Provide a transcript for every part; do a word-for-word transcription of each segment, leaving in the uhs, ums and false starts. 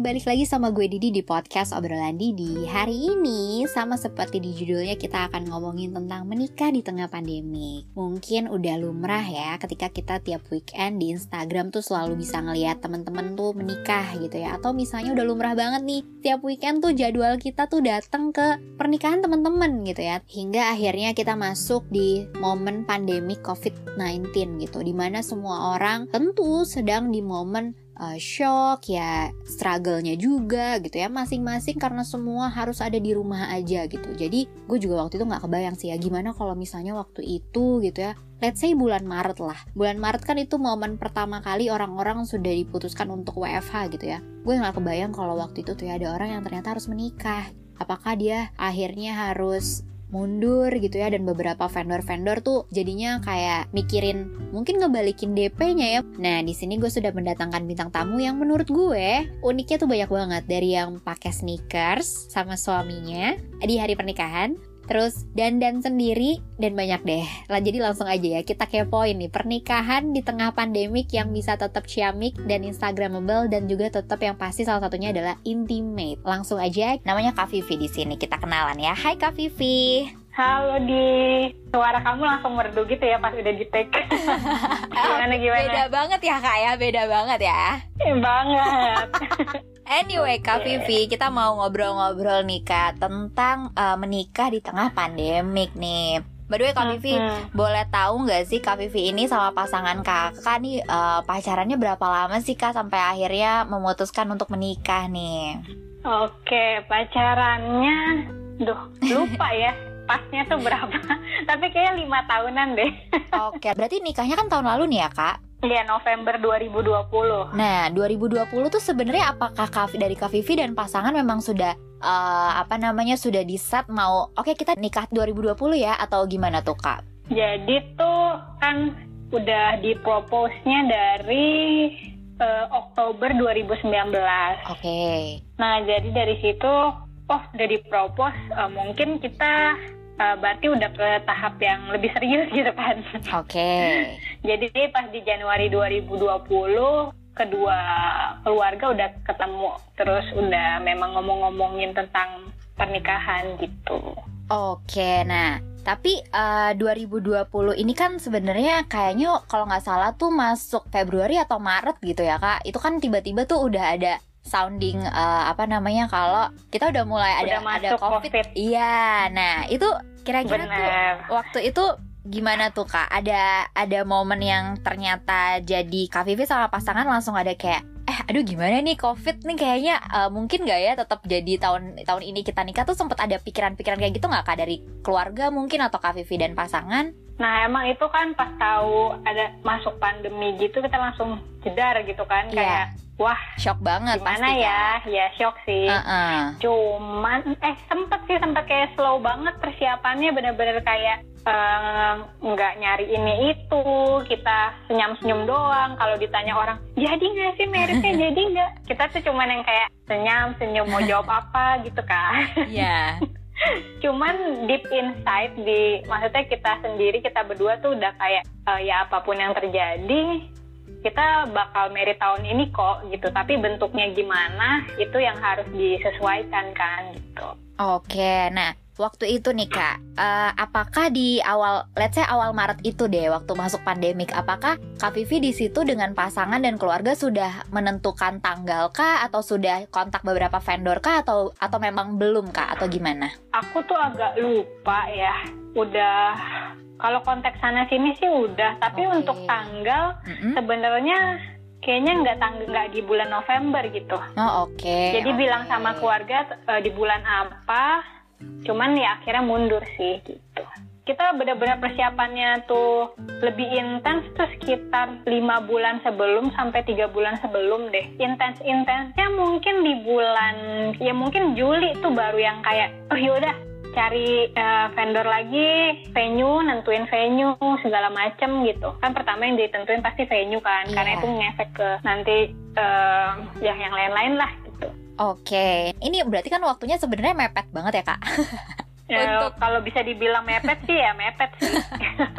balik lagi sama gue Didi di podcast Obrolan Didi. Hari ini sama seperti di judulnya, kita akan ngomongin tentang menikah di tengah pandemi. Mungkin udah lumrah ya ketika kita tiap weekend di Instagram tuh selalu bisa ngeliat temen-temen tuh menikah gitu ya. Atau misalnya udah lumrah banget nih, tiap weekend tuh jadwal kita tuh datang ke pernikahan temen-temen gitu ya. Hingga akhirnya kita masuk di momen pandemi covid sembilan belas gitu, dimana semua orang tentu sedang di momen Uh, shock ya, struggle-nya juga gitu ya, masing-masing karena semua harus ada di rumah aja gitu. Jadi gue juga waktu itu gak kebayang sih ya, gimana kalau misalnya waktu itu gitu ya, let's say bulan Maret lah. Bulan Maret kan itu momen pertama kali orang-orang sudah diputuskan untuk W F H gitu ya. Gue gak kebayang kalau waktu itu tuh ya ada orang yang ternyata harus menikah. Apakah dia akhirnya harus mundur gitu ya, dan beberapa vendor-vendor tuh jadinya kayak mikirin mungkin ngebalikin D P-nya ya. Nah, di sini gue sudah mendatangkan bintang tamu yang menurut gue uniknya tuh banyak banget, dari yang pakai sneakers sama suaminya di hari pernikahan, terus dandan sendiri, dan banyak deh lah. Jadi langsung aja ya kita kepoin nih pernikahan di tengah pandemik yang bisa tetap ciamik dan instagramable, dan juga tetap yang pasti salah satunya adalah intimate. Langsung aja, namanya Kak Vivi di sini, kita kenalan ya. Hai Kak Vivi. Halo Di, suara kamu langsung merdu gitu ya pas udah di take. Gimana gimana? Beda banget ya Kak ya, beda banget ya. Eh, banget. Anyway Kak Vivi, kita mau ngobrol-ngobrol nih Kak tentang uh, menikah di tengah pandemik nih. By the way Kak Vivi, hmm. boleh tahu nggak sih Kak Vivi ini sama pasangan kakak nih uh, pacarannya berapa lama sih Kak sampai akhirnya memutuskan untuk menikah nih? Oke, pacarannya, duh lupa ya pasnya tuh berapa. Tapi kayaknya lima tahunan deh. Oke, berarti nikahnya kan tahun lalu nih ya Kak? Iya, November dua ribu dua puluh. Nah, dua ribu dua puluh tuh sebenarnya apakah Kak, dari Kak Vivi dan pasangan memang sudah uh, apa namanya sudah di set mau oke okay, kita nikah dua ribu dua puluh ya, atau gimana tuh Kak? Jadi tuh kan udah di-propose-nya dari uh, Oktober dua ribu sembilan belas. Oke. Okay. Nah, jadi dari situ oh udah di-propose, uh, mungkin kita Uh, berarti udah ke tahap yang lebih serius gitu kan. Oke. Okay. Jadi pas di Januari dua ribu dua puluh kedua keluarga udah ketemu, terus udah memang ngomong-ngomongin tentang pernikahan gitu. Oke, okay, nah tapi uh, dua ribu dua puluh ini kan sebenarnya kayaknya kalau nggak salah tuh masuk Februari atau Maret gitu ya Kak. Itu kan tiba-tiba tuh udah ada sounding uh, apa namanya kalau kita udah mulai ada udah ada COVID. COVID. Iya, nah itu kira-kira Bener. tuh waktu itu gimana tuh Kak? Ada ada momen yang ternyata jadi Kak Vivi sama pasangan langsung ada kayak eh aduh gimana nih COVID nih kayaknya uh, mungkin nggak ya tetap jadi tahun tahun ini kita nikah, tuh sempat ada pikiran-pikiran kayak gitu nggak Kak dari keluarga mungkin atau Kak Vivi dan pasangan? Nah emang itu kan pas tahu ada masuk pandemi gitu kita langsung jedar gitu kan, kayak yeah. Wah, shock banget gimana pasti ya? Kan? Ya shock sih. Uh-uh. Cuman eh sempet sih sempet kayak slow banget persiapannya, bener-bener kayak nggak uh, nyari ini itu, kita senyum-senyum doang. Kalau ditanya orang, jadi nggak sih meritnya jadi nggak? Kita tuh cuman yang kayak senyum-senyum mau jawab apa gitu kan? Iya. Yeah. Cuman deep inside di, maksudnya kita sendiri, kita berdua tuh udah kayak uh, ya apapun yang terjadi kita bakal married tahun ini kok gitu, tapi bentuknya gimana itu yang harus disesuaikan kan gitu. Oke, nah waktu itu nih Kak, uh, apakah di awal, let's say awal Maret itu deh waktu masuk pandemik, apakah Kak Vivi di situ dengan pasangan dan keluarga sudah menentukan tanggal kah, atau sudah kontak beberapa vendor kah, atau atau memang belum Kak, atau gimana? Aku tuh agak lupa ya, udah kalau konteks sana sini sih udah, tapi okay. Untuk tanggal mm-hmm. sebenarnya kayaknya nggak tanggal nggak di bulan November gitu. Oh oke. Okay. Jadi okay. bilang sama keluarga uh, di bulan apa, cuman ya akhirnya mundur sih gitu. Kita benar-benar persiapannya tuh lebih intens tuh sekitar lima bulan sebelum sampai tiga bulan sebelum deh. Intens-intensnya mungkin di bulan, ya mungkin Juli tuh baru yang kayak oh yaudah cari uh, vendor lagi, venue, nentuin venue, segala macem gitu. Kan pertama yang ditentuin pasti venue kan, yeah. Karena itu ngefek ke nanti uh, ya yang lain-lain lah gitu. Oke, okay. Ini berarti kan waktunya sebenarnya mepet banget ya Kak? Ya, untuk kalau bisa dibilang mepet sih ya mepet sih.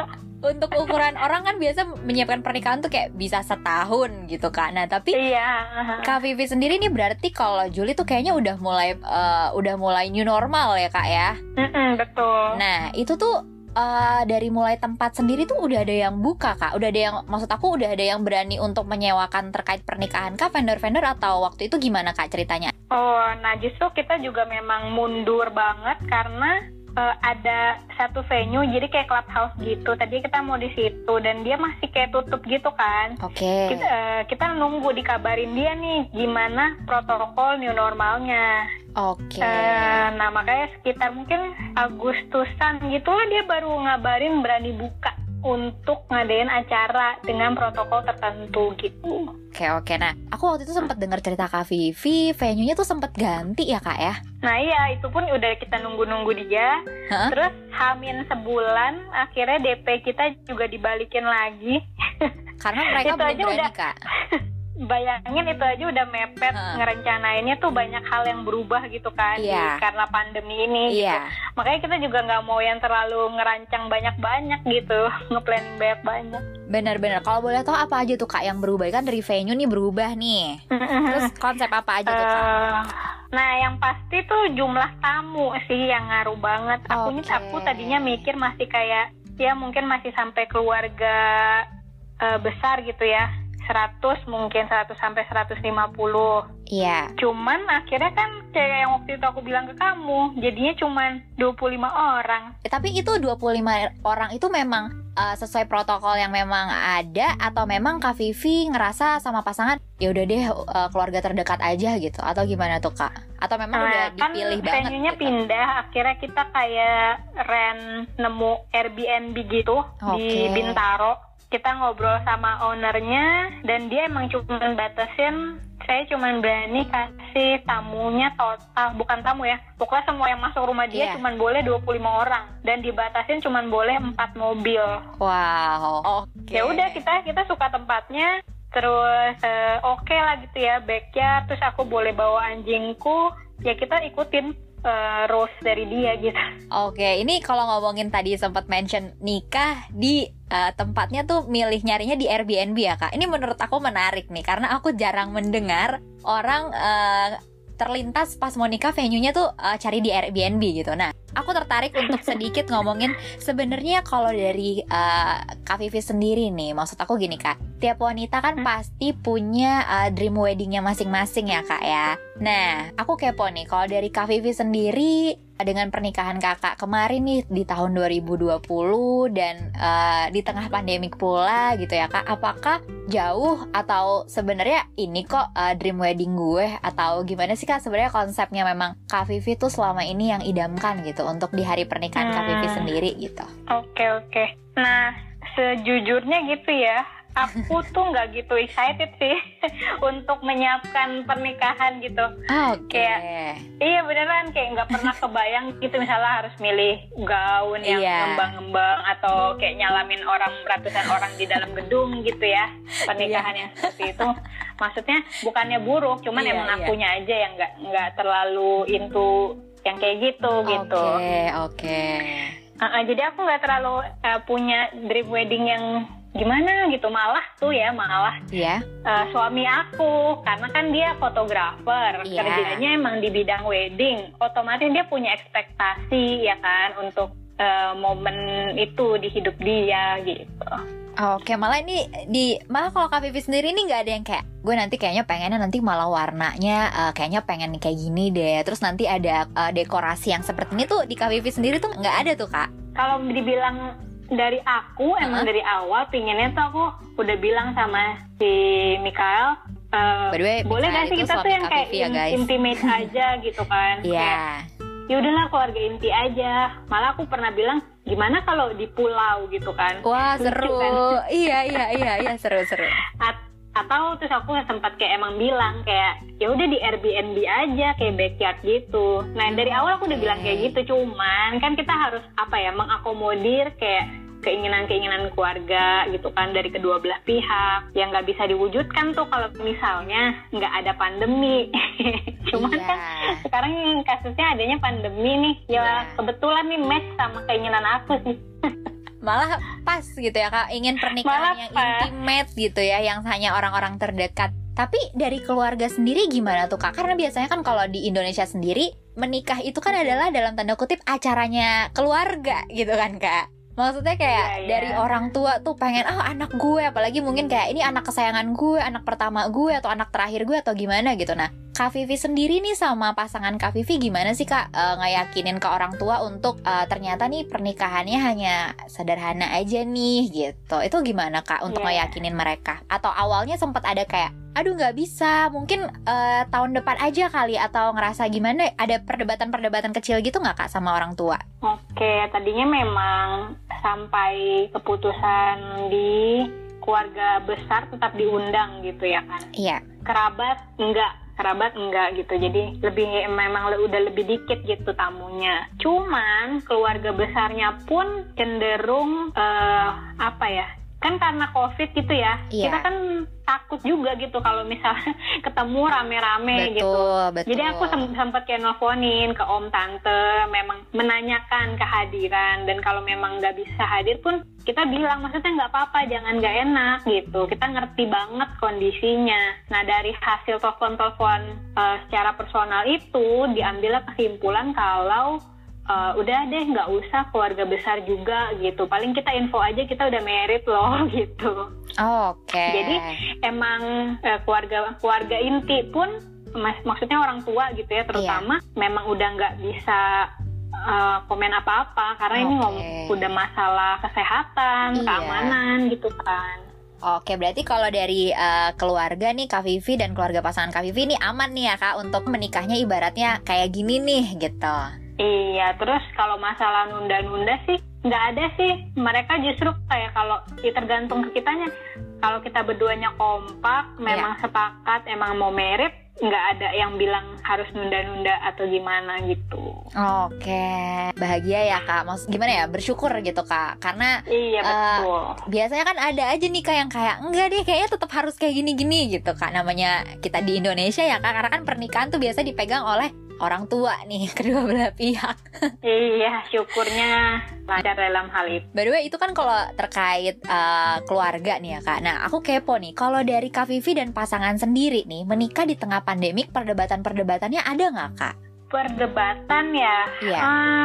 untuk ukuran orang kan biasa menyiapkan pernikahan tuh kayak bisa setahun gitu Kak. Nah tapi Iya. Kak Vivi sendiri nih berarti kalau Juli tuh kayaknya udah mulai uh, udah mulai new normal ya Kak ya. Mm-mm, betul. Nah itu tuh uh, dari mulai tempat sendiri tuh udah ada yang buka Kak. Udah ada yang, maksud aku udah ada yang berani untuk menyewakan terkait pernikahan Kak, vendor-vendor, atau waktu itu gimana Kak ceritanya? Oh, nah justru kita juga memang mundur banget karena uh, ada satu venue, jadi kayak clubhouse gitu. Tadi kita mau di situ dan dia masih kayak tutup gitu kan. Oke. Okay. Kita, uh, kita nunggu dikabarin dia nih gimana protokol new normalnya. Oke. Okay. Uh, nah makanya sekitar mungkin Agustusan gitulah dia baru ngabarin berani buka untuk ngadain acara dengan protokol tertentu gitu. Oke oke. Nah, aku waktu itu sempat dengar cerita Kak Vivi, venue-nya tuh sempat ganti ya Kak ya? Nah iya, itu pun udah kita nunggu-nunggu dia. Huh? Terus hamin sebulan, akhirnya D P kita juga dibalikin lagi. Karena mereka belum berani udah... Kak. Bayangin itu aja udah mepet, huh. ngerencanainnya tuh banyak hal yang berubah gitu kan, yeah. di, karena pandemi ini yeah. gitu. Makanya kita juga nggak mau yang terlalu ngerancang banyak-banyak gitu, ngeplanning banyak-banyak. Benar-benar. Kalau boleh tahu apa aja tuh Kak yang berubah? Kan dari venue nih berubah nih. Terus konsep apa aja tuh Kak? Uh, nah yang pasti tuh jumlah tamu sih yang ngaruh banget. Aku okay. aku tadinya mikir masih kayak ya mungkin masih sampai keluarga uh, besar gitu ya. seratus mungkin seratus sampai seratus lima puluh. Iya. Cuman akhirnya kan kayak yang waktu itu aku bilang ke kamu, jadinya cuman dua puluh lima orang. Eh, tapi itu dua puluh lima orang itu memang uh, sesuai protokol yang memang ada, atau memang Kak Vivi ngerasa sama pasangan ya udah deh uh, keluarga terdekat aja gitu, atau gimana tuh Kak? Atau memang nah, udah dipilih kan banget venue-nya gitu? Pindah, akhirnya kita kayak rent nemu Airbnb gitu okay. di Bintaro. Kita ngobrol sama ownernya dan dia emang cuma batasin, saya cuma berani kasih tamunya total, bukan tamu ya, pokoknya semua yang masuk rumah dia yeah. cuma boleh dua puluh lima orang dan dibatasin cuma boleh empat mobil. Wow. Oke. Okay. Ya udah kita kita suka tempatnya, terus uh, oke okay lah gitu ya, backyard, terus aku boleh bawa anjingku, ya kita ikutin uh, rules dari dia gitu. Oke, okay. Ini kalau ngomongin tadi sempat mention nikah di Uh, tempatnya tuh milih nyarinya di Airbnb ya Kak. Ini menurut aku menarik nih, karena aku jarang mendengar orang uh, terlintas pas mau nikah venue-nya tuh uh, cari di Airbnb gitu. Nah, aku tertarik untuk sedikit ngomongin sebenarnya kalau dari uh, Kak Vivi sendiri nih. Maksud aku gini Kak, tiap wanita kan pasti punya uh, dream weddingnya masing-masing ya Kak ya. Nah, aku kepo nih, kalau dari Kak Vivi sendiri dengan pernikahan kakak kemarin nih di tahun dua ribu dua puluh dan uh, di tengah pandemik pula gitu ya Kak, apakah jauh atau sebenarnya ini kok uh, dream wedding gue, atau gimana sih Kak sebenarnya konsepnya memang Kak Vivi tuh selama ini yang idamkan gitu untuk di hari pernikahan hmm. Kak Vivi sendiri gitu? Oke okay, oke. Okay. Nah sejujurnya gitu ya, aku tuh nggak gitu excited sih untuk menyiapkan pernikahan gitu. Oke. Okay. Kayak iya beneran kayak nggak pernah kebayang gitu misalnya harus milih gaun yang yeah. ngembang-ngembang atau kayak nyalamin orang ratusan orang di dalam gedung gitu ya. Pernikahan yeah. yang seperti itu. Maksudnya bukannya buruk, cuman yeah, emang akunya yeah. aja yang nggak nggak terlalu into yang kayak gitu gitu. Oke okay, oke. Okay. Uh, uh, jadi aku nggak terlalu uh, punya dream wedding yang gimana gitu, malah tuh ya malah yeah. uh, suami aku karena kan dia fotografer yeah. kerjanya emang di bidang wedding, otomatis dia punya ekspektasi ya kan untuk uh, momen itu di hidup dia gitu. Oke, malah ini di malah kalau Kak Vivi sendiri ini nggak ada yang kayak gue nanti kayaknya pengennya nanti malah warnanya uh, kayaknya pengen kayak gini deh, terus nanti ada uh, dekorasi yang seperti ini tuh di Kak Vivi sendiri tuh nggak ada tuh Kak? Kalau dibilang dari aku uh-huh. emang dari awal pinginnya tuh aku udah bilang sama si Mikael uh, way, boleh gak sih kita tuh yang kayak ya, guys. intimate aja gitu kan. Iya yeah. Ya udahlah keluarga inti aja. Malah aku pernah bilang gimana kalau di pulau gitu kan. Wah seru kan? Iya iya iya iya seru-seru. At- atau terus aku sempat kayak emang bilang kayak ya udah di Airbnb aja kayak backyard gitu. Nah dari awal aku udah bilang kayak gitu, cuman kan kita harus apa ya mengakomodir kayak keinginan-keinginan keluarga gitu kan dari kedua belah pihak yang nggak bisa diwujudkan tuh kalau misalnya nggak ada pandemi. Cuman yeah. kan sekarang kasusnya adanya pandemi nih ya yeah. kebetulan nih match sama keinginan aku sih. Malah pas gitu ya Kak, ingin pernikahan Malah yang pas. intimate gitu ya, yang hanya orang-orang terdekat. Tapi dari keluarga sendiri gimana tuh Kak? Karena biasanya kan kalau di Indonesia sendiri, menikah itu kan adalah dalam tanda kutip acaranya keluarga gitu kan Kak. Maksudnya kayak Iya, iya. dari orang tua tuh pengen, oh anak gue, apalagi mungkin kayak ini anak kesayangan gue, anak pertama gue, atau anak terakhir gue, atau gimana gitu. Nah, Kak Vivi sendiri nih sama pasangan Kak Vivi gimana sih Kak e, ngeyakinin ke orang tua untuk e, ternyata nih pernikahannya hanya sederhana aja nih gitu. Itu gimana Kak untuk Yeah. ngeyakinin mereka? Atau awalnya sempat ada kayak, aduh nggak bisa, mungkin e, tahun depan aja kali, atau ngerasa gimana? Ada perdebatan-perdebatan kecil gitu nggak Kak sama orang tua? Oke, tadinya memang sampai keputusan di keluarga besar tetap diundang gitu ya kan. Iya. Kerabat enggak, kerabat enggak gitu. Jadi lebih memang le- udah lebih dikit gitu tamunya. Cuman keluarga besarnya pun cenderung eh, apa ya? Kan karena COVID gitu ya. Iya. Kita kan takut juga gitu kalau misalnya ketemu rame-rame gitu. Betul, betul. Jadi aku sem- sempat kayak nelfonin ke om tante, memang menanyakan kehadiran, dan kalau memang nggak bisa hadir pun kita bilang, maksudnya nggak apa-apa, jangan nggak enak gitu. Kita ngerti banget kondisinya. Nah dari hasil telepon-telepon uh, secara personal itu diambillah kesimpulan kalau Uh, udah deh nggak usah keluarga besar juga gitu, paling kita info aja kita udah married loh gitu. Oh, oke. Okay. Jadi emang uh, keluarga keluarga inti pun mak- maksudnya orang tua gitu ya terutama yeah. memang udah nggak bisa uh, komen apa-apa karena okay. ini ngomong udah masalah kesehatan, yeah. keamanan gitu kan. Oke, berarti kalau dari uh, keluarga nih Kak Vivi dan keluarga pasangan Kak Vivi ini aman nih ya Kak untuk menikahnya ibaratnya kayak gini nih gitu. Iya, terus kalau masalah nunda-nunda sih nggak ada sih. Mereka justru kayak kalau ya tergantung ke kitanya. Kalau kita berduanya kompak, memang yeah. sepakat, emang mau merit, nggak ada yang bilang harus nunda-nunda atau gimana gitu. Oke, bahagia ya Kak. Maksud gimana ya? Bersyukur gitu Kak. Karena iya betul. Uh, biasanya kan ada aja nih Kak yang kayak enggak deh, kayaknya tetap harus kayak gini-gini gitu Kak. Namanya kita di Indonesia ya Kak. Karena kan pernikahan tuh biasa dipegang oleh orang tua nih, kedua belah pihak. Iya, syukurnya lancar dalam hal itu. By the way, itu kan kalau terkait uh, keluarga nih ya Kak. Nah, aku kepo nih, kalau dari Kak Vivi dan pasangan sendiri nih, menikah di tengah pandemik, perdebatan-perdebatannya ada nggak Kak? Perdebatan ya? Iya.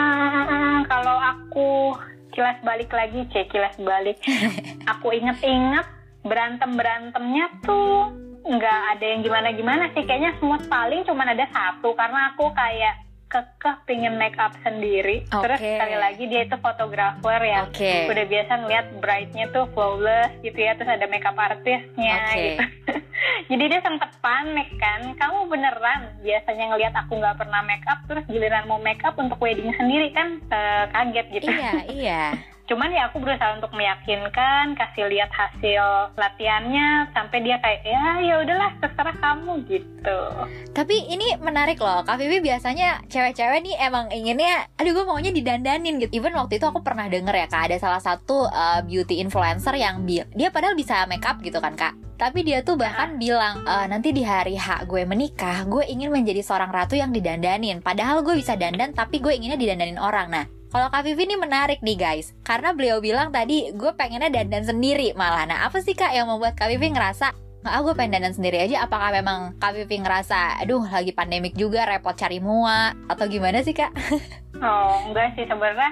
Uh, kalau aku kilas balik lagi, cek kilas balik. Aku inget-inget berantem-berantemnya tuh nggak ada yang gimana-gimana sih, kayaknya semua paling cuman ada satu karena aku kayak kekeh pengen make up sendiri. Okay. Terus sekali lagi dia itu fotografer ya, okay. udah biasa ngeliat bride-nya tuh flawless gitu ya, terus ada makeup artistnya okay. gitu. Jadi dia sempet panik kan, kamu beneran biasanya ngeliat aku nggak pernah make up, terus giliran mau make up untuk wedding sendiri kan uh, kaget gitu. Iya iya. Cuman ya aku berusaha untuk meyakinkan, kasih lihat hasil latihannya sampai dia kayak ya ya udahlah terserah kamu gitu. Tapi ini menarik loh, Kak Vivi biasanya cewek-cewek nih emang inginnya, aduh gue maunya didandanin gitu. Even waktu itu aku pernah denger ya Kak, ada salah satu uh, beauty influencer yang bi- dia padahal bisa make up gitu kan Kak. Tapi dia tuh bahkan bilang e, nanti di hari H gue menikah, gue ingin menjadi seorang ratu yang didandanin. Padahal gue bisa dandan, tapi gue inginnya didandanin orang. Nah, kalau Kak Vivi ini menarik nih guys, karena beliau bilang tadi gue pengennya dandan sendiri malah. Nah, apa sih Kak yang membuat Kak Vivi ngerasa ah gue pengen dandan sendiri aja? Apakah memang Kak Vivi ngerasa aduh lagi pandemik juga repot cari mua, atau gimana sih Kak? Oh enggak sih, sebenarnya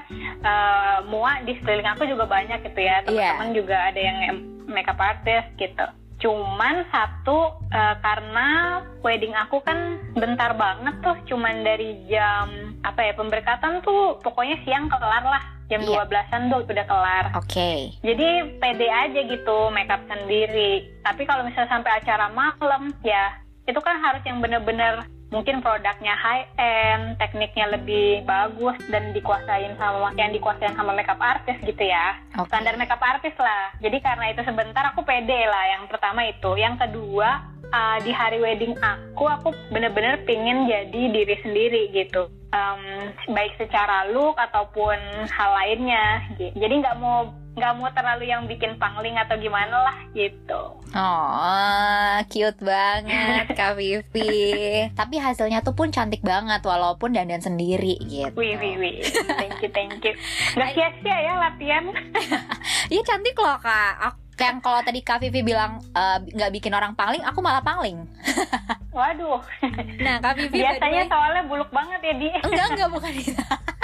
uh, mua di sekeliling aku juga banyak gitu ya. Teman-teman yeah. juga ada yang makeup artist gitu. Cuman satu uh, karena wedding aku kan bentar banget tuh, cuman dari jam apa ya pemberkatan tuh pokoknya siang kelar lah, jam yeah. dua belasan tuh udah kelar. Oke. Okay. Jadi pede aja gitu makeup sendiri. Tapi kalau misalnya sampai acara malam ya itu kan harus yang bener-bener mungkin produknya high end, tekniknya lebih bagus dan dikuasain sama yang dikuasain sama makeup artist gitu ya. Okay. Standar makeup artist lah. Jadi karena itu sebentar aku pede lah. Yang pertama itu. Yang kedua uh, di hari wedding aku, aku bener-bener pingin jadi diri sendiri gitu. Um, baik secara look ataupun hal lainnya. Jadi nggak mau nggak mau terlalu yang bikin pangling atau gimana lah gitu. Oh, cute banget Kak Vivi. Tapi hasilnya tuh pun cantik banget walaupun dandan sendiri gitu. Wih, wih, wih. Thank you, thank you. Gak sia-sia ya latihan. Iya cantik loh Kak. Aku, yang kalau tadi Kak Vivi bilang uh, gak bikin orang pangling, aku malah pangling. Waduh. Nah Kak Vivi biasanya way, soalnya buluk banget ya Di. Enggak, enggak, bukan itu.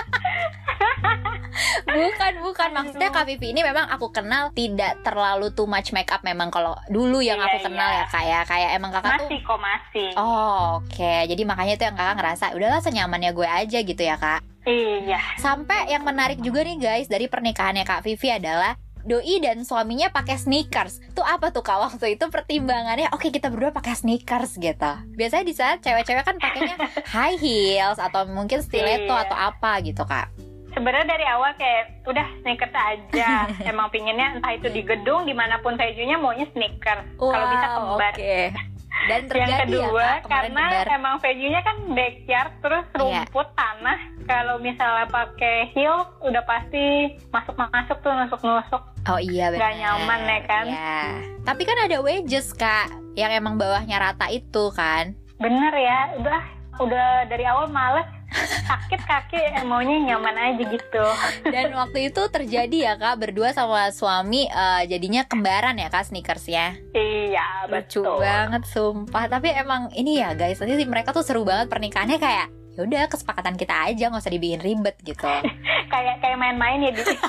Bukan, bukan. Maksudnya Kak Vivi ini memang aku kenal tidak terlalu too much makeup. Memang kalau dulu yang iya, aku kenal iya. ya kayak kayak emang kakak masih, tuh Masih kok masih. Oh oke, okay. Jadi makanya itu yang kakak ngerasa udahlah senyamannya gue aja gitu ya Kak. Iya. Sampai yang menarik juga nih guys dari pernikahannya Kak Vivi adalah doi dan suaminya pakai sneakers. Tuh apa tuh Kak waktu itu pertimbangannya? Oke, kita berdua pakai sneakers gitu. Biasanya di saat cewek-cewek kan pakainya high heels atau mungkin stiletto iya. atau apa gitu Kak. Sebenarnya dari awal kayak udah sneakers aja. Emang pinginnya entah itu di gedung dimanapun venuenya maunya sneakers. Wow, kalau bisa kembar. Okay. Dan terjadi yang kedua ya, Kak, karena kembar. emang venuenya kan backyard terus rumput yeah. tanah. Kalau misalnya pakai heels udah pasti masuk-masuk tuh nusuk-nusuk. Oh iya benar. Gak nyaman ya kan. Ya. Tapi kan ada wedges Kak yang emang bawahnya rata itu kan. Bener ya. Udah udah dari awal males. Sakit kaki maunya nyaman aja gitu. Dan waktu itu terjadi ya Kak berdua sama suami uh, jadinya kembaran ya Kak sneakersnya. Iya lucu betul. banget sumpah. Tapi emang ini ya guys, nanti mereka tuh seru banget pernikahannya kayak yaudah kesepakatan kita aja nggak usah dibikin ribet gitu. kayak kayak main-main ya di.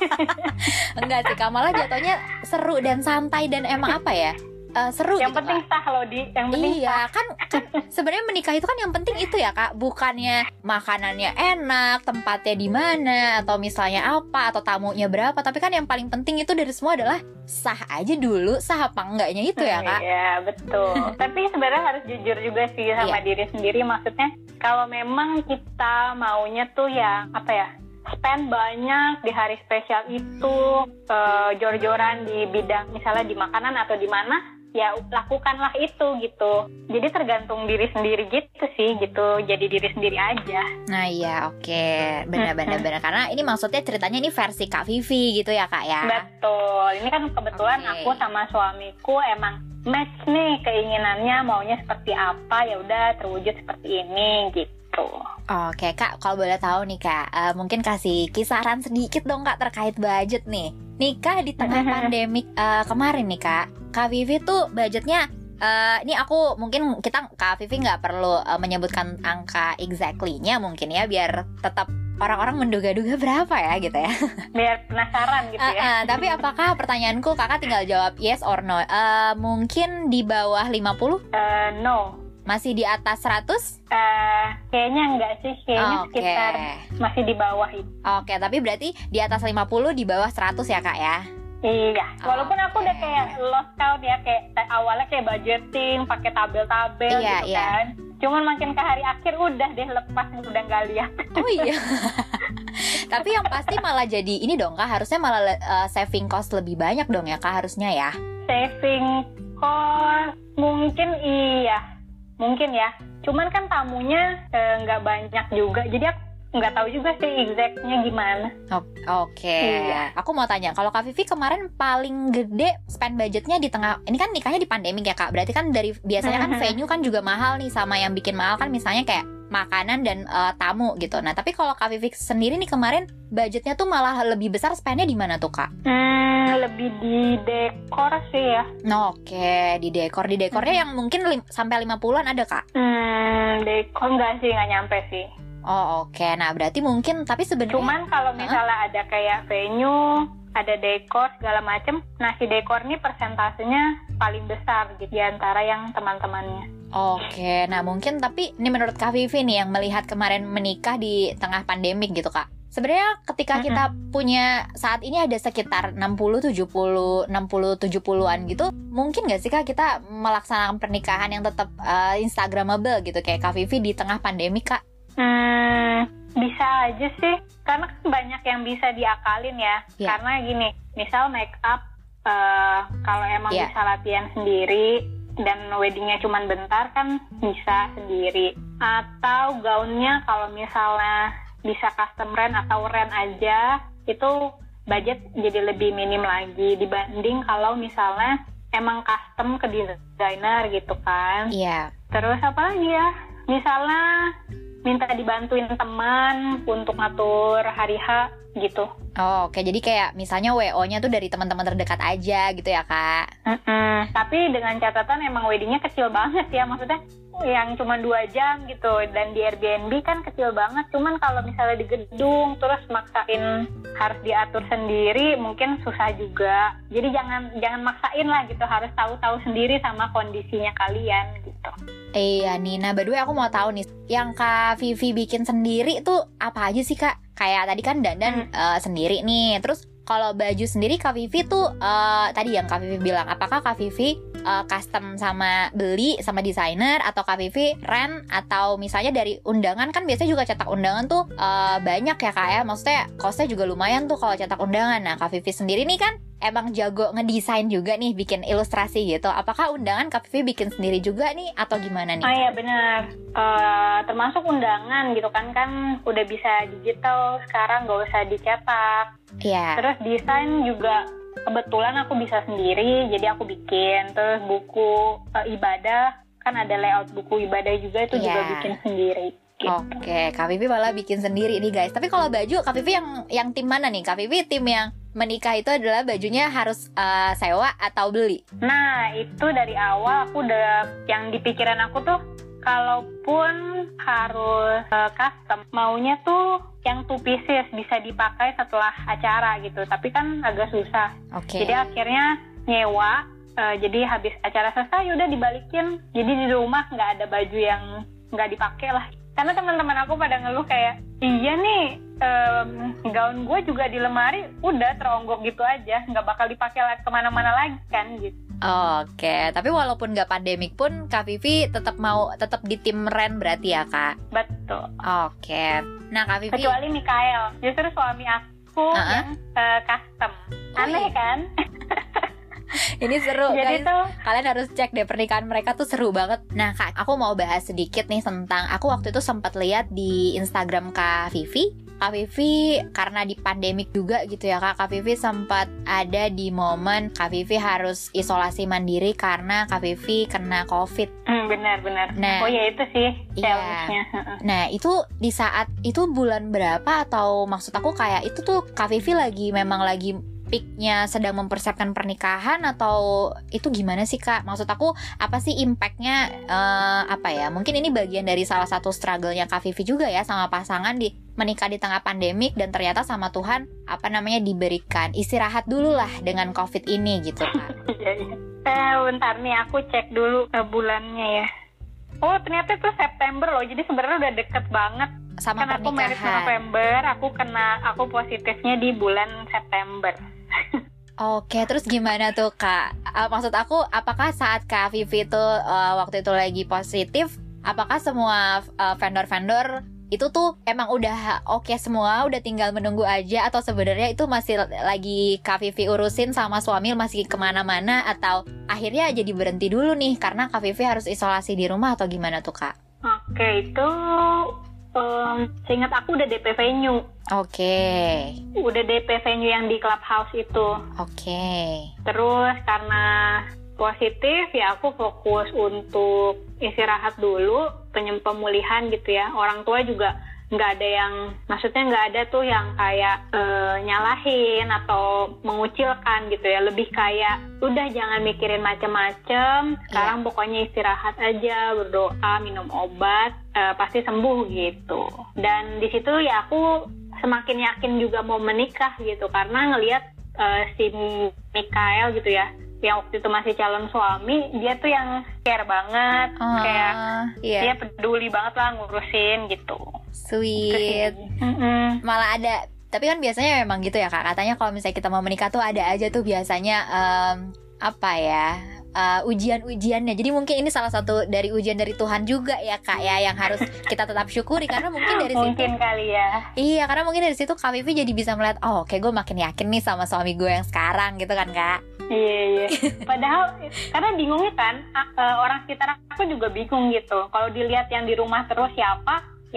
Enggak sih Kak, malah jatuhnya seru dan santai dan emang apa ya? Uh, seru yang gitu, penting Kak. sah loh Di, yang penting iya sah. kan, kan sebenarnya menikah itu kan yang penting itu ya Kak, bukannya makanannya enak, tempatnya di mana, atau misalnya apa, atau tamunya berapa, tapi kan yang paling penting itu dari semua adalah sah aja dulu, sah apa enggaknya itu ya Kak. Iya betul. Tapi sebenarnya harus jujur juga sih sama iya. diri sendiri, maksudnya kalau memang kita maunya tuh ya apa ya, spend banyak di hari spesial itu, uh, jor-joran di bidang misalnya di makanan atau di mana, ya lakukanlah itu gitu. Jadi tergantung diri sendiri gitu sih gitu. Jadi diri sendiri aja. Nah iya oke okay. Benar-benar benar. Karena ini maksudnya ceritanya ini versi Kak Vivi gitu ya Kak ya. Betul. Ini kan kebetulan okay. aku sama suamiku emang match nih keinginannya, maunya seperti apa, ya udah terwujud seperti ini gitu. Oke Kak, kalau boleh tahu nih Kak, uh, mungkin kasih kisaran sedikit dong Kak terkait budget nih. Nikah di tengah pandemik uh, kemarin nih Kak, Kak Vivi tuh budgetnya, uh, ini aku mungkin kita Kak Vivi nggak perlu uh, menyebutkan angka exactly-nya mungkin ya, biar tetap orang-orang menduga-duga berapa ya gitu ya. Biar penasaran gitu ya. Uh, uh, tapi apakah pertanyaanku Kakak tinggal jawab yes or no? Uh, mungkin di bawah lima puluh? Uh, no. Masih di atas seratus? Uh, kayaknya enggak sih, kayaknya okay. sekitar masih di bawah itu. Oke, okay, tapi berarti di atas lima puluh, di bawah seratus ya Kak ya? Iya, walaupun okay. aku udah kayak lost count ya, kayak awalnya kayak budgeting, pakai tabel-tabel iya, gitu iya. kan. Cuman makin ke hari akhir udah deh lepas, udah nggak lihat. Oh iya. Tapi yang pasti malah jadi ini dong Kak, harusnya malah uh, saving cost lebih banyak dong ya Kak harusnya ya? Saving cost mungkin iya. Mungkin ya, cuman kan tamunya nggak e, banyak juga, jadi aku nggak tahu juga sih exactnya gimana. Oke, okay. Iya. Aku mau tanya, kalau Kak Vivi kemarin paling gede spend budgetnya di tengah, ini kan nikahnya di pandemik ya Kak, berarti kan dari biasanya kan venue kan juga mahal nih, sama yang bikin mahal kan misalnya kayak makanan dan uh, tamu gitu. Nah tapi kalau Kak Vivi sendiri nih kemarin budgetnya tuh malah lebih besar spendnya di mana tuh Kak? Hmm, lebih di dekor sih ya. No, Oke, okay. di dekor, di dekornya hmm. yang mungkin lim- sampai lima puluhan ada Kak? Hmm, dekor enggak sih, nggak nyampe sih. Oh oke, okay. Nah berarti mungkin tapi sebenarnya. Cuman kalau misalnya huh? ada kayak venue, ada dekor segala macem, nah si dekor ini persentasenya paling besar gitu di antara yang teman-temannya. Oke, nah mungkin tapi ini menurut Kak Vivi nih yang melihat kemarin menikah di tengah pandemik gitu Kak. Sebenarnya ketika kita mm-hmm. punya saat ini ada sekitar enam puluh, tujuh puluh, enam puluh, tujuh puluhan gitu, mungkin gak sih Kak kita melaksanakan pernikahan yang tetap uh, instagramable gitu kayak Kak Vivi di tengah pandemik Kak? Hmm, bisa aja sih, karena kan banyak yang bisa diakalin ya. Yeah. Karena gini, misal make up uh, kalau emang yeah. bisa latihan sendiri dan weddingnya cuma bentar kan bisa sendiri. Atau gaunnya kalau misalnya bisa custom rent atau rent aja, itu budget jadi lebih minim lagi dibanding kalau misalnya emang custom ke desainer gitu kan. Iya. Terus apa lagi ya? Misalnya minta dibantuin teman untuk ngatur hari H gitu. Oh, oke. Jadi kayak misalnya W O-nya tuh dari teman-teman terdekat aja gitu ya, Kak? Mm-mm. Tapi dengan catatan emang weddingnya kecil banget ya. Maksudnya yang cuma dua jam gitu. Dan di Airbnb kan kecil banget. Cuman kalau misalnya di gedung terus maksain harus diatur sendiri mungkin susah juga. Jadi jangan jangan maksain lah gitu. Harus tahu-tahu sendiri sama kondisinya kalian gitu. Iya nih, nah by the way aku mau tahu nih, yang Kak Vivi bikin sendiri tuh apa aja sih Kak? Kayak tadi kan dandan hmm. uh, sendiri nih, terus kalau baju sendiri Kak Vivi tuh uh, tadi yang Kak Vivi bilang, apakah Kak Vivi uh, custom sama beli sama desainer atau Kak Vivi rent atau misalnya dari undangan? Kan biasanya juga cetak undangan tuh uh, banyak ya Kak ya, maksudnya costnya juga lumayan tuh kalau cetak undangan. Nah Kak Vivi sendiri nih kan emang jago ngedesain juga nih, bikin ilustrasi gitu. Apakah undangan Kak Vivi bikin sendiri juga nih atau gimana nih? Oh iya benar, uh, termasuk undangan gitu kan, kan udah bisa digital sekarang, gak usah dicetak. Iya. Yeah. Terus desain juga kebetulan aku bisa sendiri, jadi aku bikin. Terus buku uh, ibadah, kan ada layout buku ibadah juga, itu yeah. juga bikin sendiri. Gitu. Oke, Kak Vivi malah bikin sendiri nih guys. Tapi kalau baju, Kak Vivi yang yang tim mana nih? Kak Vivi tim yang menikah itu adalah bajunya harus uh, sewa atau beli? Nah, itu dari awal aku udah, yang di pikiran aku tuh, kalaupun harus uh, custom, maunya tuh yang two pieces bisa dipakai setelah acara gitu. Tapi kan agak susah. Oke. Jadi akhirnya nyewa. Uh, jadi habis acara selesai, udah dibalikin. Jadi di rumah nggak ada baju yang nggak dipakai lah. Karena teman-teman aku pada ngeluh kayak, iya nih um, gaun gue juga di lemari udah teronggok gitu aja, nggak bakal dipakai kemana-mana lagi kan gitu. Oke, tapi walaupun nggak pandemik pun Kak Vivi tetap mau tetap di tim rent berarti ya Kak? Betul. Oke, nah Kak Vivi. Kecuali Mikael, justru suami aku uh-huh. yang uh, custom. Aneh oh, iya. kan? Ini seru Jadi guys, tuh, kalian harus cek deh, pernikahan mereka tuh seru banget. Nah Kak, aku mau bahas sedikit nih tentang, aku waktu itu sempat lihat di Instagram Kak Vivi. Kak Vivi karena di pandemik juga gitu ya Kak, Kak Vivi sempat ada di momen Kak Vivi harus isolasi mandiri karena Kak Vivi kena COVID. Hmm, benar-benar. Nah, oh ya itu sih challenge-nya. Iya. Nah itu di saat itu bulan berapa, atau maksud aku kayak itu tuh Kak Vivi lagi memang lagi peaknya sedang mempersiapkan pernikahan atau itu gimana sih Kak? Maksud aku apa sih impactnya, uh, apa ya, mungkin ini bagian dari salah satu struggle-nya Kak Vivi juga ya sama pasangan di menikah di tengah pandemik, dan ternyata sama Tuhan apa namanya diberikan istirahat dulu lah dengan COVID ini gitu Kak. Iya iya. Eh bentar nih aku cek dulu uh, bulannya ya. Oh ternyata itu September loh, jadi sebenarnya udah deket banget. Sama kan pernikahan. Aku married November, aku kena aku positifnya di bulan September. Oke, terus gimana tuh Kak? Uh, maksud aku, apakah saat Kak Vivi tuh uh, waktu itu lagi positif, apakah semua uh, vendor-vendor itu tuh emang udah oke okay semua, udah tinggal menunggu aja, atau sebenarnya itu masih lagi Kak Vivi urusin sama suami masih kemana-mana, atau akhirnya jadi berhenti dulu nih karena Kak Vivi harus isolasi di rumah, atau gimana tuh Kak? Oke, itu um, seingat aku udah D P venue. Oke. Okay. Udah D P venue yang di clubhouse itu. Oke. Okay. Terus karena positif ya aku fokus untuk istirahat dulu, pemulihan gitu ya. Orang tua juga nggak ada yang, maksudnya nggak ada tuh yang kayak e, nyalahin atau mengucilkan gitu ya. Lebih kayak udah jangan mikirin macem-macem, sekarang yeah. pokoknya istirahat aja, berdoa, minum obat, e, pasti sembuh gitu. Dan di situ ya aku semakin yakin juga mau menikah gitu, karena ngelihat e, si Mikael gitu ya, yang waktu itu masih calon suami, dia tuh yang care banget, uh, kayak yeah. dia peduli banget lah ngurusin gitu. Sweet. Mm-hmm. Malah ada, tapi kan biasanya memang gitu ya Kak, katanya kalau misalnya kita mau menikah tuh ada aja tuh biasanya um, apa ya, uh, ujian-ujiannya. Jadi mungkin ini salah satu dari ujian dari Tuhan juga ya Kak ya, yang harus kita tetap syukuri, karena mungkin dari mungkin situ mungkin kali ya. Iya, karena mungkin dari situ Kak Vivi jadi bisa melihat, oh kayak gue makin yakin nih sama suami gue yang sekarang gitu kan Kak. Iya, iya. Padahal karena bingungnya kan, uh, orang sekitar aku juga bingung gitu. Kalau dilihat yang di rumah terus siapa, ya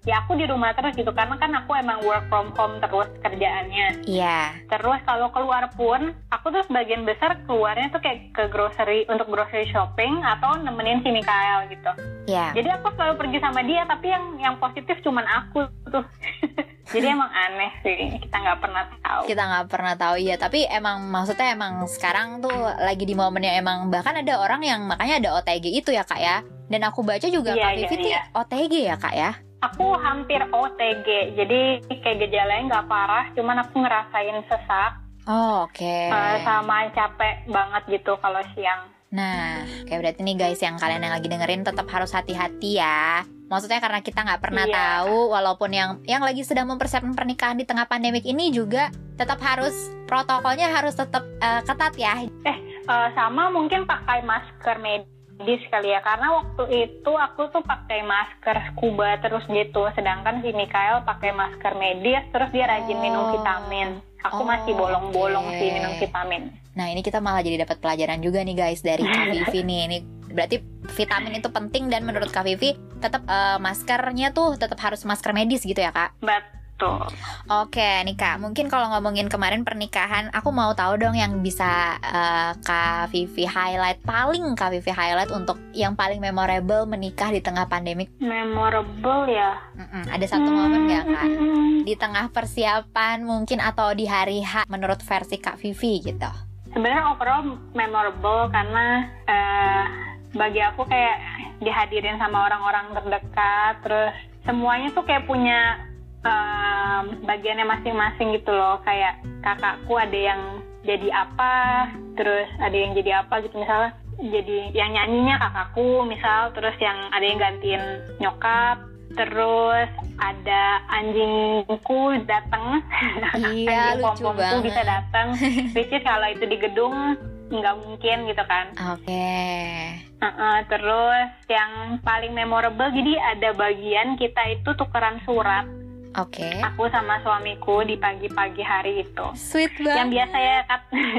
ya aku di rumah terus gitu, karena kan aku emang work from home terus kerjaannya. Iya. Terus kalau keluar pun aku tuh sebagian besar keluarnya tuh kayak ke grocery, untuk grocery shopping atau nemenin si Mikael gitu. Iya. Jadi aku selalu pergi sama dia, tapi yang yang positif cuman aku tuh. Jadi emang aneh sih, kita nggak pernah tahu. Kita nggak pernah tahu ya, tapi emang maksudnya emang sekarang tuh lagi di momennya emang bahkan ada orang yang makanya ada O T G itu ya Kak ya. Dan aku baca juga Iya, Kak Vivi iya, tuh iya. O T G ya Kak ya. Aku hampir O T G, jadi kayak gejalanya nggak parah, cuman aku ngerasain sesak. Oh, oke. Okay. Uh, sama capek banget gitu kalau siang. Nah, kayak berarti nih guys yang kalian yang lagi dengerin tetap harus hati-hati ya. Maksudnya karena kita nggak pernah Iya. tahu, walaupun yang yang lagi sedang mempersiapkan pernikahan di tengah pandemik ini juga tetap harus protokolnya harus tetap uh, ketat ya. Eh, uh, sama mungkin pakai masker medis kali ya, karena waktu itu aku tuh pakai masker scuba terus gitu, sedangkan si Mikael pakai masker medis terus dia rajin Oh. minum vitamin. Aku Oh, masih bolong-bolong oke. sih minum vitamin. Nah ini kita malah jadi dapat pelajaran juga nih guys dari Kak Vivi nih. Ini berarti vitamin itu penting dan menurut Kak Vivi tetap uh, maskernya tuh tetap harus masker medis gitu ya Kak? Betul. Oke nih Kak, mungkin kalau ngomongin kemarin pernikahan, aku mau tahu dong yang bisa uh, Kak Vivi highlight, paling Kak Vivi highlight untuk yang paling memorable menikah di tengah pandemik. Memorable ya. Mm-mm, ada satu momen nggak Kak? Hmm. Di tengah persiapan mungkin atau di hari H menurut versi Kak Vivi gitu. Sebenarnya overall memorable karena uh, bagi aku kayak dihadirin sama orang-orang terdekat, terus semuanya tuh kayak punya um, bagiannya masing-masing gitu loh. Kayak kakakku ada yang jadi apa, terus ada yang jadi apa gitu, misalnya jadi yang nyanyinya kakakku misal, terus yang ada yang gantiin nyokap, terus ada anjingku datang. Iya, Anjing lucu pom-pomku banget. bisa datang. Which is kalau itu di gedung nggak mungkin gitu kan. Oke. Uh-uh, terus yang paling memorable, jadi ada bagian kita itu tukeran surat, Oke. aku sama suamiku di pagi-pagi hari itu. Sweet Yang banget. biasa ya kat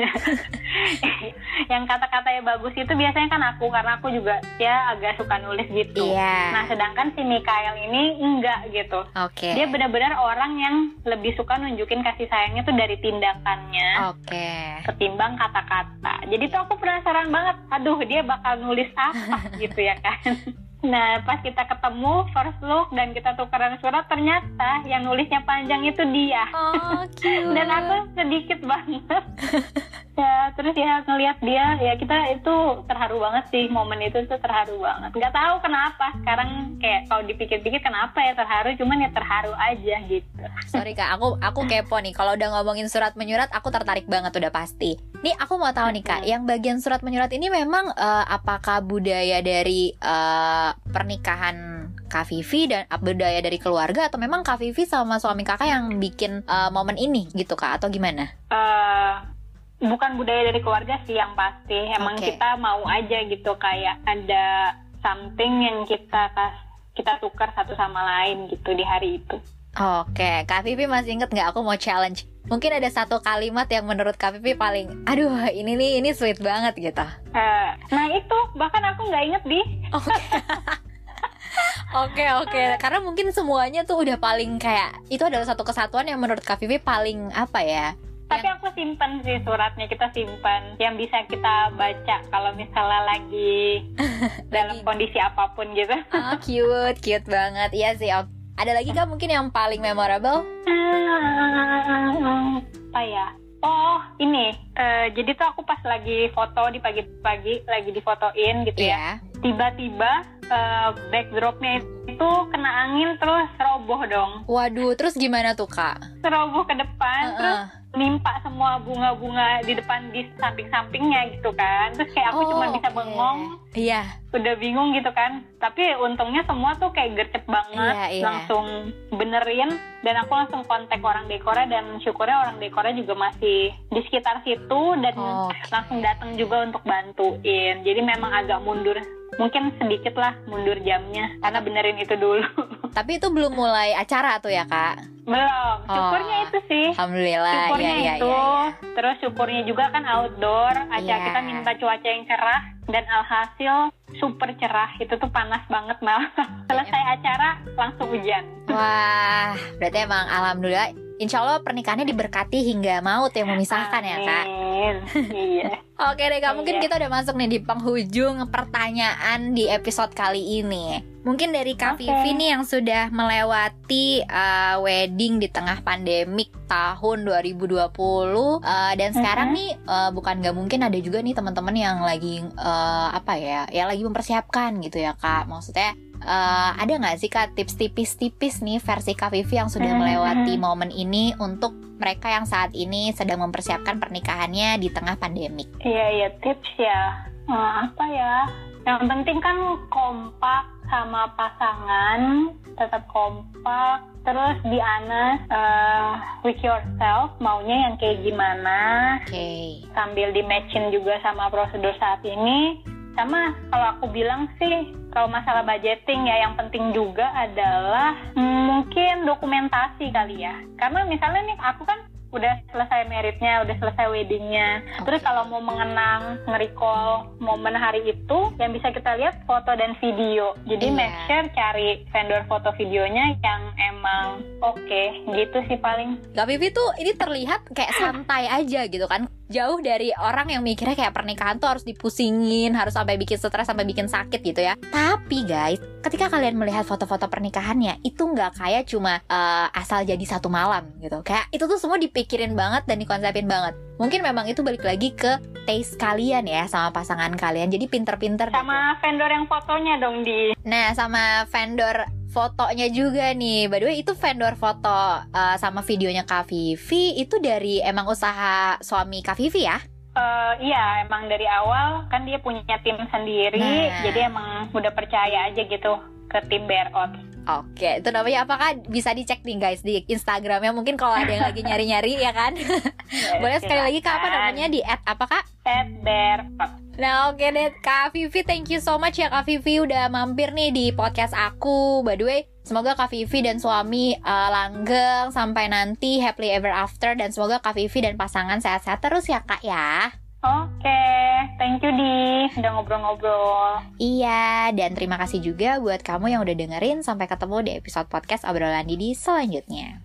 yang kata-katanya bagus itu biasanya kan aku, karena aku juga ya agak suka nulis gitu. Iya. Nah sedangkan si Mikael ini enggak gitu. Oke. Dia benar-benar orang yang lebih suka nunjukin kasih sayangnya tuh dari tindakannya Oke. ketimbang kata-kata. Jadi tuh aku penasaran banget, aduh dia bakal nulis apa gitu ya kan. Nah pas kita ketemu first look dan kita tukeran surat, ternyata yang nulisnya panjang itu dia. Oh, cute. Dan aku sedikit banget. Ya terus ya ngelihat dia, ya kita itu terharu banget sih, momen itu tuh terharu banget. Nggak tahu kenapa sekarang kayak kalau dipikir-pikir kenapa ya terharu, cuman ya terharu aja gitu. Sorry Kak, aku aku kepo nih. Kalau udah ngomongin surat menyurat, aku tertarik banget udah pasti. Nih aku mau tahu nih Kak, yang bagian surat menyurat ini memang eh, apakah budaya dari eh, pernikahan Kak Vivi dan uh, budaya dari keluarga, atau memang Kak Vivi sama suami kakak yang bikin eh, momen ini gitu Kak, atau gimana? Eh, bukan budaya dari keluarga sih yang pasti. Emang Oke. kita mau aja gitu, kayak ada something yang kita kas kita tukar satu sama lain gitu di hari itu. Oke, Kak Vivi masih inget nggak? Aku mau challenge. Mungkin ada satu kalimat yang menurut Kak Vivi paling, aduh ini nih ini sweet banget gitu. Eh, nah itu bahkan aku nggak inget di. Oke. Oke oke, karena mungkin semuanya tuh udah paling kayak itu adalah satu kesatuan yang menurut Kak Vivi paling apa ya? Tapi aku simpen sih suratnya, kita simpan yang bisa kita baca kalau misalnya lagi dalam kondisi apapun gitu. Oh cute, cute banget. Iya sih. ok. Ada lagi Kak mungkin yang paling memorable? Apa ya? Oh ini, eh, jadi tuh aku pas lagi foto di pagi-pagi, lagi difotoin gitu ya. Iya. Tiba-tiba eh, backdropnya itu kena angin terus roboh dong. Waduh, terus gimana tuh Kak? Roboh ke depan, Uh-uh. terus nimpa semua bunga-bunga di depan di samping-sampingnya gitu kan. Terus kayak aku Oh, cuma bisa oke. bengong, Iya. udah bingung gitu kan. Tapi untungnya semua tuh kayak gercep banget, Iya, iya. langsung benerin. Dan aku langsung kontak orang dekornya, dan syukurnya orang dekornya juga masih di sekitar situ dan Oke. langsung datang juga untuk bantuin. Jadi memang agak mundur, mungkin sedikit lah mundur jamnya karena benerin itu dulu. Tapi itu belum mulai acara tuh ya Kak? Belum, syukurnya Oh, itu sih. Alhamdulillah. Syukurnya Iya, iya, itu, iya, iya. terus syukurnya juga kan outdoor, aja Iya. kita minta cuaca yang cerah. dan alhasil super cerah. Itu tuh panas banget malah. Selesai acara langsung hujan. Wah, berarti emang alhamdulillah, insya Allah pernikahannya diberkati hingga maut yang memisahkan. Amin. Ya Kak. Iya. Oke deh Kak, mungkin iya. kita udah masuk nih di penghujung pertanyaan di episode kali ini. Mungkin dari Kak okay. Vivi nih yang sudah melewati uh, wedding di tengah pandemik tahun dua ribu dua puluh uh, dan sekarang uh-huh. nih uh, bukan gak mungkin ada juga nih teman-teman yang lagi uh, apa ya, yang lagi mempersiapkan gitu ya Kak. Maksudnya uh, ada nggak sih Kak tips tipis-tipis nih versi Kak Vivi yang sudah melewati uh-huh. momen ini untuk mereka yang saat ini sedang mempersiapkan pernikahannya di tengah pandemik? Iya iya tips ya uh, apa ya? Yang penting kan kompak sama pasangan, tetap kompak, terus be honest uh, with yourself, maunya yang kayak gimana. Oke. Okay. Sambil di-matchin juga sama prosedur saat ini. Sama kalau aku bilang sih, kalau masalah budgeting ya yang penting juga adalah hmm, mungkin dokumentasi kali ya. Karena misalnya nih aku kan udah selesai meritnya, udah selesai weddingnya. Okay. Terus kalau mau mengenang, nge-recall momen hari itu, yang bisa kita lihat foto dan video. Jadi yeah. make sure cari vendor foto videonya yang emang oke, okay. gitu sih paling. Kak Vivi tuh ini terlihat kayak santai aja gitu kan. Jauh dari orang yang mikirnya kayak pernikahan tuh harus dipusingin, harus sampai bikin stres, sampai bikin sakit gitu ya. Tapi guys, ketika kalian melihat foto-foto pernikahannya, itu nggak kayak cuma uh, asal jadi satu malam gitu. Kayak itu tuh semua dipikirin banget dan dikonsepin banget. Mungkin memang itu balik lagi ke taste kalian ya sama pasangan kalian. Jadi pinter-pinter sama gitu. Vendor yang fotonya dong di. Nah, sama vendor fotonya juga nih. By the way, itu vendor foto uh, sama videonya Kak Vivi itu dari emang usaha suami Kak Vivi ya? Uh, iya, emang dari awal kan dia punya tim sendiri, nah. Jadi emang udah percaya aja gitu ke tim Berot. Oke, itu namanya apakah bisa dicek nih guys di Instagramnya, mungkin kalau ada yang lagi nyari-nyari ya kan. Yes, boleh sekali lagi Kak, apa namanya di at apa Kak? At Berot. Nah oke deh Kak Vivi, thank you so much ya Kak Vivi udah mampir nih di podcast aku. By the way, semoga Kak Vivi dan suami uh, langgeng sampai nanti happily ever after. Dan semoga Kak Vivi dan pasangan sehat-sehat terus ya Kak ya. Oke, thank you Di, udah ngobrol-ngobrol. Iya, dan terima kasih juga buat kamu yang udah dengerin. Sampai ketemu di episode podcast Obrolan Didi selanjutnya.